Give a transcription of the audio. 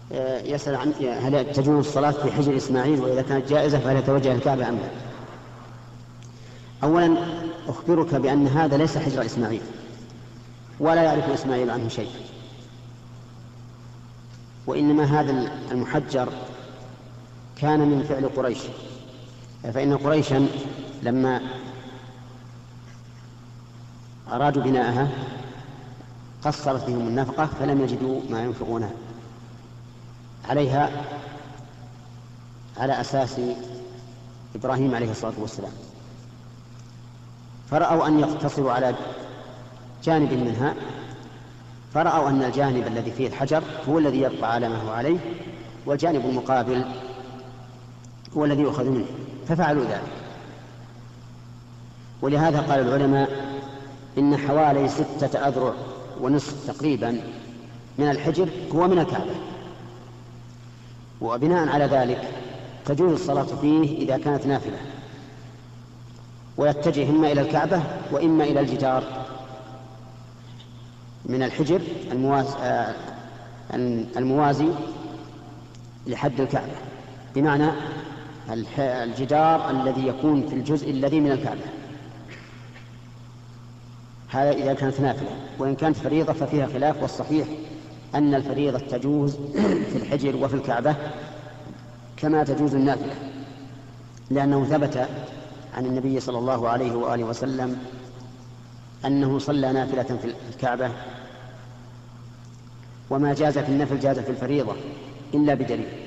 يسأل عن هل تجوز الصلاة في حجر إسماعيل، وإذا كانت جائزة فهل يتوجه الكعبة أم لا؟ أولا أخبرك بأن هذا ليس حجر إسماعيل، ولا يعرف إسماعيل عنه شيء، وإنما هذا المحجر كان من فعل قريش، فإن قريشا لما أرادوا بناءها قصرت بهم النفقة فلم يجدوا ما ينفقونها عليها على أساس إبراهيم عليه الصلاة والسلام، فرأوا أن يقتصروا على جانب منها، فرأوا أن الجانب الذي فيه الحجر هو الذي يبقى على ما هو عليه، والجانب المقابل هو الذي يؤخذ منه، ففعلوا ذلك. ولهذا قال العلماء إن حوالي 6 أذرع ونصف تقريبا من الحجر هو من الكعبة، وبناء على ذلك تجوز الصلاة فيه إذا كانت نافلة، ويتجه إما إلى الكعبة وإما إلى الجدار من الحجر الموازي لحد الكعبة، بمعنى الجدار الذي يكون في الجزء الذي من الكعبة. هذا إذا كانت نافلة، وإن كانت فريضة ففيها خلاف، والصحيح أن الفريضة تجوز في الحجر وفي الكعبة كما تجوز النافلة، لأنه ثبت عن النبي صلى الله عليه وآله وسلم أنه صلى نافلة في الكعبة، وما جاز في النفل جاز في الفريضة إلا بدليل.